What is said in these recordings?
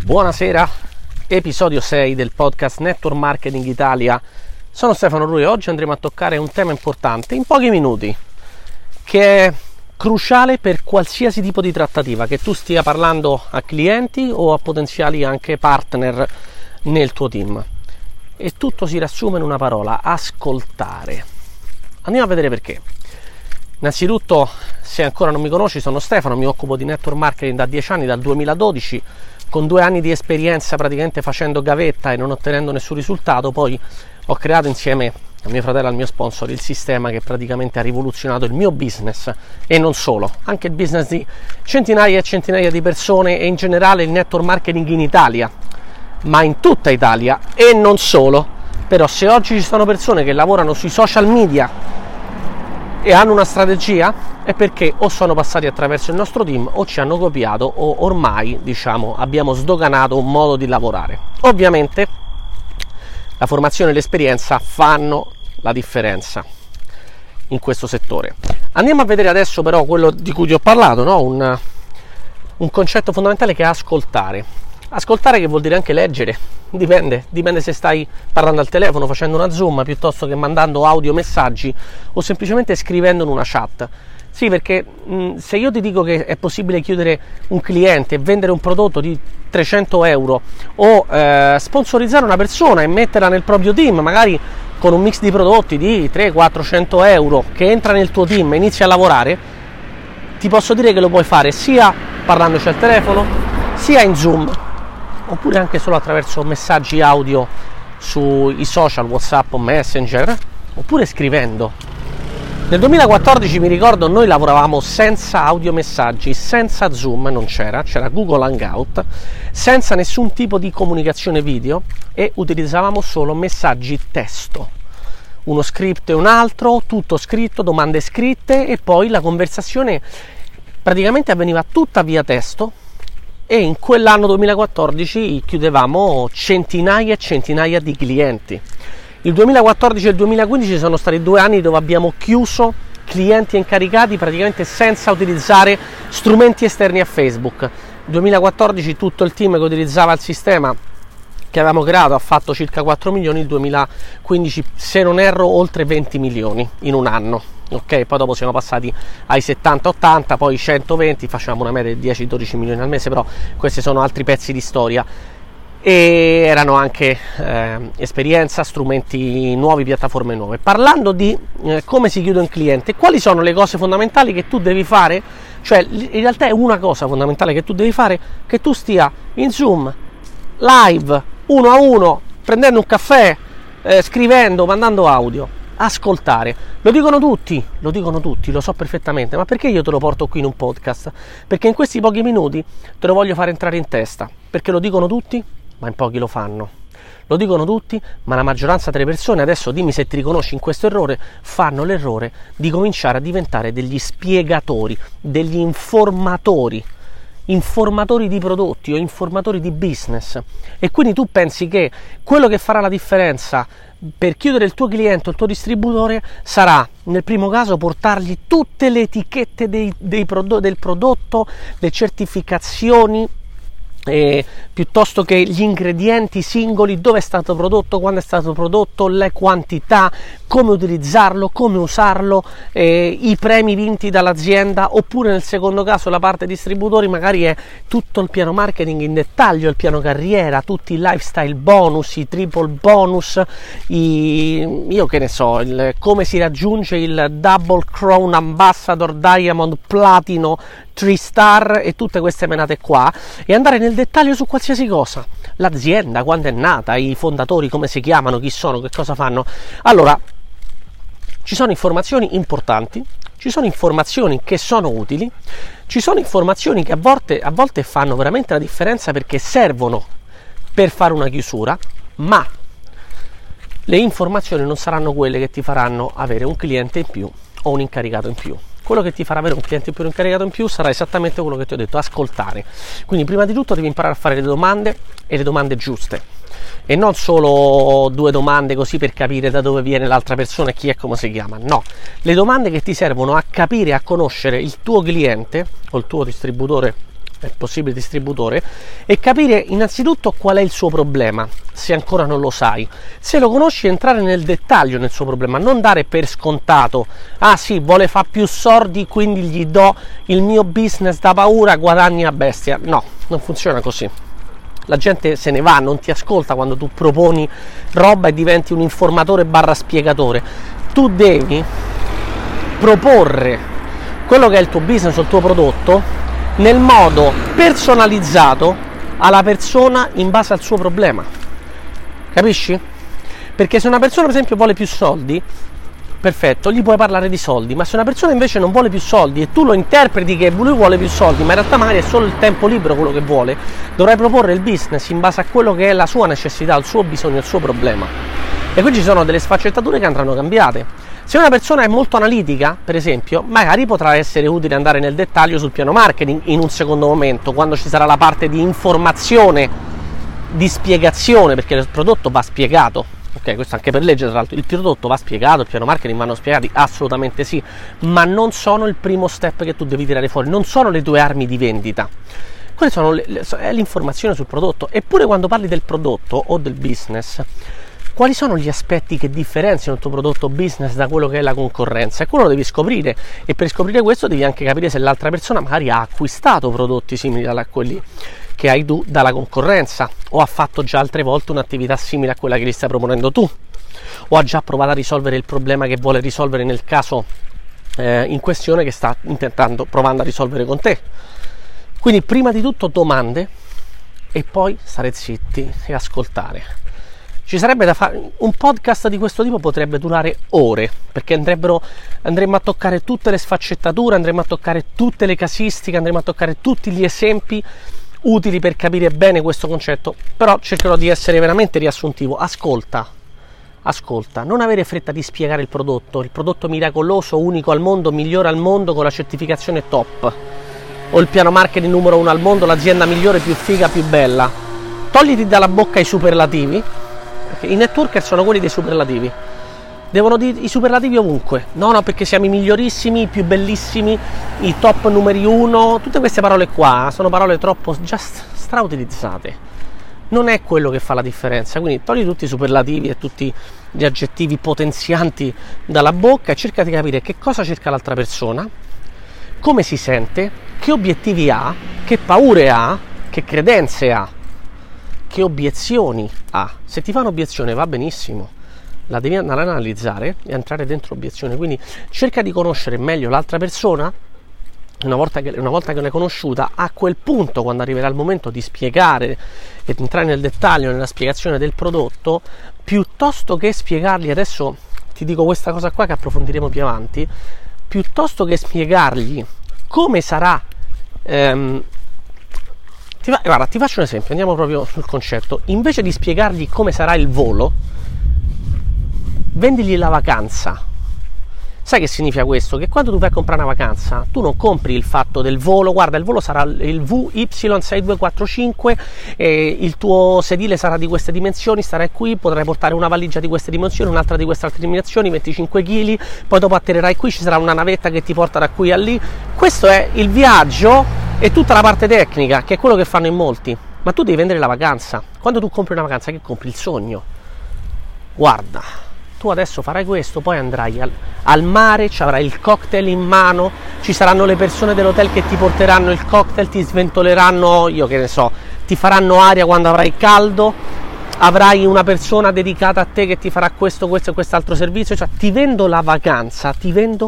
Buonasera, episodio 6 del podcast Network Marketing Italia. Sono Stefano Rui e oggi andremo a toccare un tema importante in pochi minuti, che è cruciale per qualsiasi tipo di trattativa, che tu stia parlando a clienti o a potenziali anche partner nel tuo team. E tutto si riassume in una parola: ascoltare. Andiamo a vedere perché. Innanzitutto, se ancora non mi conosci, sono Stefano, mi occupo di network marketing da 10 anni, dal 2012, con 2 anni di esperienza praticamente facendo gavetta e non ottenendo nessun risultato. Poi ho creato insieme a mio fratello e al mio sponsor il sistema che praticamente ha rivoluzionato il mio business e non solo, anche il business di centinaia e centinaia di persone e in generale il network marketing in Italia, ma in tutta Italia e non solo. Però se oggi ci sono persone che lavorano sui social media e hanno una strategia, è perché o sono passati attraverso il nostro team o ci hanno copiato o ormai, abbiamo sdoganato un modo di lavorare. Ovviamente la formazione e l'esperienza fanno la differenza in questo settore. Andiamo a vedere adesso però quello di cui ti ho parlato, no? Un concetto fondamentale che è ascoltare. Ascoltare, che vuol dire anche leggere, dipende se stai parlando al telefono, facendo una Zoom, piuttosto che mandando audio messaggi o semplicemente scrivendo in una chat. Sì, perché se io ti dico che è possibile chiudere un cliente e vendere un prodotto di 300 euro o sponsorizzare una persona e metterla nel proprio team, magari con un mix di prodotti di 300-400 euro, che entra nel tuo team e inizia a lavorare, ti posso dire che lo puoi fare sia parlandoci al telefono, sia in Zoom, oppure anche solo attraverso messaggi audio sui social, WhatsApp o Messenger, oppure scrivendo. Nel 2014 mi ricordo, noi lavoravamo senza audiomessaggi, senza Zoom, non c'era Google Hangout, senza nessun tipo di comunicazione video e utilizzavamo solo messaggi testo, uno script e un altro, tutto scritto, domande scritte, e poi la conversazione praticamente avveniva tutta via testo. E in quell'anno 2014 chiudevamo centinaia e centinaia di clienti. Il 2014 e il 2015 sono stati 2 anni dove abbiamo chiuso clienti incaricati praticamente senza utilizzare strumenti esterni a Facebook. Nel 2014 tutto il team che utilizzava il sistema che avevamo creato ha fatto circa 4 milioni, il 2015, se non erro, oltre 20 milioni in un anno. Ok, poi dopo siamo passati ai 70-80, poi 120, facciamo una media di 10-12 milioni al mese, però questi sono altri pezzi di storia. E erano anche esperienza, strumenti nuovi, piattaforme nuove. Parlando di come si chiude un cliente, quali sono le cose fondamentali che tu devi fare? Cioè, in realtà è una cosa fondamentale che tu devi fare: che tu stia in Zoom, live, 1 a 1, prendendo un caffè, scrivendo, mandando audio. Ascoltare. Lo dicono tutti, lo so perfettamente, ma perché io te lo porto qui in un podcast? Perché in questi pochi minuti te lo voglio fare entrare in testa, perché lo dicono tutti, ma in pochi lo fanno. Lo dicono tutti, ma la maggioranza delle persone, adesso dimmi se ti riconosci in questo errore, fanno l'errore di cominciare a diventare degli spiegatori, degli informatori di prodotti o informatori di business, e quindi tu pensi che quello che farà la differenza per chiudere il tuo cliente o il tuo distributore sarà, nel primo caso, portargli tutte le etichette del prodotto, le certificazioni, piuttosto che gli ingredienti singoli, dove è stato prodotto, quando è stato prodotto, le quantità, come utilizzarlo, come usarlo, i premi vinti dall'azienda. Oppure nel secondo caso la parte distributori magari è tutto il piano marketing in dettaglio, il piano carriera, tutti i lifestyle bonus, i triple bonus, io che ne so, come si raggiunge il Double Crown Ambassador, Diamond, Platino, 3 Star e tutte queste menate qua, e andare nel dettaglio su qualsiasi cosa, l'azienda, quando è nata, i fondatori come si chiamano, chi sono, che cosa fanno. Allora, ci sono informazioni importanti, ci sono informazioni che sono utili, ci sono informazioni che a volte fanno veramente la differenza, perché servono per fare una chiusura, ma le informazioni non saranno quelle che ti faranno avere un cliente in più o un incaricato in più. Quello che ti farà avere un cliente in più, un incaricato in più, sarà esattamente quello che ti ho detto: ascoltare. Quindi prima di tutto devi imparare a fare le domande, e le domande giuste, e non solo 2 domande così per capire da dove viene l'altra persona e chi è, come si chiama. No, le domande che ti servono a capire, a conoscere il tuo cliente o il tuo distributore possibile distributore, e capire innanzitutto qual è il suo problema, se ancora non lo sai. Se lo conosci, entrare nel dettaglio nel suo problema, non dare per scontato: ah sì, vuole fare più soldi, quindi gli do il mio business da paura, guadagni a bestia. No, non funziona così. La gente se ne va, non ti ascolta quando tu proponi roba e diventi un informatore / spiegatore. Tu devi proporre quello che è il tuo business o il tuo prodotto nel modo personalizzato alla persona in base al suo problema. Capisci? Perché se una persona per esempio vuole più soldi, perfetto, gli puoi parlare di soldi, ma se una persona invece non vuole più soldi e tu lo interpreti che lui vuole più soldi, ma in realtà magari è solo il tempo libero quello che vuole, dovrai proporre il business in base a quello che è la sua necessità, il suo bisogno, il suo problema. E qui ci sono delle sfaccettature che andranno cambiate. Se una persona è molto analitica, per esempio, magari potrà essere utile andare nel dettaglio sul piano marketing in un secondo momento, quando ci sarà la parte di informazione, di spiegazione, perché il prodotto va spiegato. Ok, questo anche per legge, tra l'altro, il prodotto va spiegato, il piano marketing vanno spiegati, assolutamente sì, ma non sono il primo step che tu devi tirare fuori, non sono le tue armi di vendita. Quelle sono è l'informazione sul prodotto. Eppure quando parli del prodotto o del business, quali sono gli aspetti che differenziano il tuo prodotto business da quello che è la concorrenza? E quello lo devi scoprire, e per scoprire questo devi anche capire se l'altra persona magari ha acquistato prodotti simili a quelli che hai tu dalla concorrenza, o ha fatto già altre volte un'attività simile a quella che gli stai proponendo tu, o ha già provato a risolvere il problema che vuole risolvere nel caso in questione che sta provando a risolvere con te. Quindi prima di tutto domande, e poi stare zitti e ascoltare. Ci sarebbe da fare un podcast di questo tipo, potrebbe durare ore, perché andremo a toccare tutte le sfaccettature, andremo a toccare tutte le casistiche, andremo a toccare tutti gli esempi utili per capire bene questo concetto. Però cercherò di essere veramente riassuntivo. Ascolta, non avere fretta di spiegare il prodotto miracoloso, unico al mondo, migliore al mondo, con la certificazione top, o il piano marketing numero 1 al mondo, l'azienda migliore, più figa, più bella. Togliti dalla bocca i superlativi, perché i networker sono quelli dei superlativi, devono dire i superlativi ovunque. No, perché siamo i migliorissimi, i più bellissimi, i top numeri 1, tutte queste parole qua sono parole troppo già strautilizzate, non è quello che fa la differenza. Quindi togli tutti i superlativi e tutti gli aggettivi potenzianti dalla bocca e cerca di capire che cosa cerca l'altra persona, come si sente, che obiettivi ha, che paure ha, che credenze ha, che obiezioni ha. Se ti fa un'obiezione va benissimo, la devi andare ad analizzare e entrare dentro l'obiezione. Quindi cerca di conoscere meglio l'altra persona. Una volta che l'hai conosciuta, a quel punto, quando arriverà il momento di spiegare ed entrare nel dettaglio nella spiegazione del prodotto, piuttosto che spiegargli, adesso ti dico questa cosa qua che approfondiremo più avanti, piuttosto che spiegargli come sarà guarda, ti faccio un esempio, andiamo proprio sul concetto. Invece di spiegargli come sarà il volo, vendigli la vacanza. Sai che significa questo? Che quando tu vai a comprare una vacanza, tu non compri il fatto del volo. Guarda, il volo sarà il VY6245, il tuo sedile sarà di queste dimensioni, starai qui, potrai portare una valigia di queste dimensioni, un'altra di queste altre dimensioni, 25 kg, poi dopo atterrerai qui, ci sarà una navetta che ti porta da qui a lì. Questo è il viaggio e tutta la parte tecnica, che è quello che fanno in molti. Ma tu devi vendere la vacanza. Quando tu compri una vacanza, che compri? Il sogno. Guarda, tu adesso farai questo, poi andrai al mare, ci avrai il cocktail in mano, ci saranno le persone dell'hotel che ti porteranno il cocktail, ti sventoleranno, io che ne so, ti faranno aria quando avrai caldo, avrai una persona dedicata a te che ti farà questo e quest'altro servizio. Cioè ti vendo la vacanza, ti vendo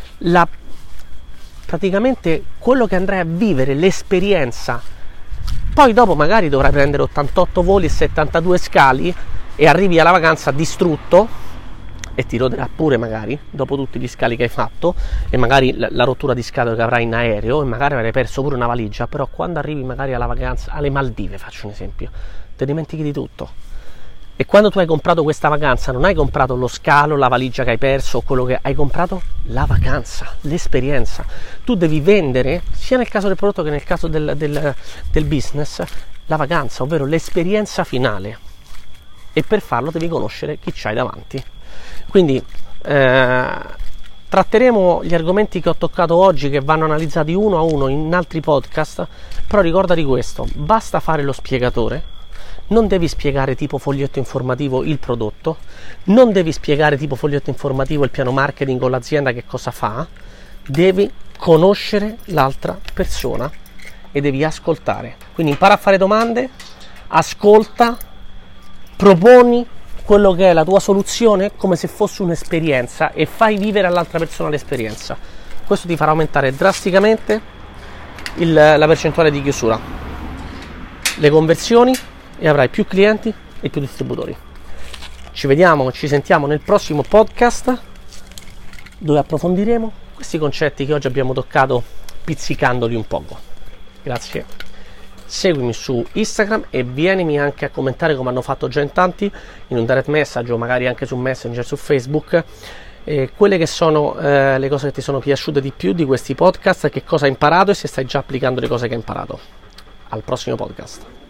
praticamente quello che andrai a vivere, l'esperienza. Poi dopo magari dovrai prendere 88 voli e 72 scali e arrivi alla vacanza distrutto, e ti roderà pure magari dopo tutti gli scali che hai fatto, e magari la rottura di scatole che avrai in aereo, e magari avrai perso pure una valigia. Però quando arrivi magari alla vacanza alle Maldive, faccio un esempio, ti dimentichi di tutto. E quando tu hai comprato questa vacanza non hai comprato lo scalo, la valigia che hai perso o quello che hai comprato, la vacanza, l'esperienza. Tu devi vendere, sia nel caso del prodotto che nel caso del business, la vacanza, ovvero l'esperienza finale. E per farlo devi conoscere chi c'hai davanti. Quindi Tratteremo gli argomenti che ho toccato oggi, che vanno analizzati uno a uno in altri podcast, però ricordati questo: basta fare lo spiegatore, non devi spiegare tipo foglietto informativo il prodotto, non devi spiegare tipo foglietto informativo il piano marketing o l'azienda che cosa fa, devi conoscere l'altra persona e devi ascoltare. Quindi impara a fare domande, ascolta, proponi quello che è la tua soluzione come se fosse un'esperienza e fai vivere all'altra persona l'esperienza. Questo ti farà aumentare drasticamente la percentuale di chiusura, le conversioni, e avrai più clienti e più distributori. Ci sentiamo nel prossimo podcast, dove approfondiremo questi concetti che oggi abbiamo toccato pizzicandoli un poco. Grazie. Seguimi su Instagram e vienimi anche a commentare, come hanno fatto già in tanti, in un direct message o magari anche su Messenger, su Facebook, quelle che sono le cose che ti sono piaciute di più di questi podcast, che cosa hai imparato e se stai già applicando le cose che hai imparato. Al prossimo podcast.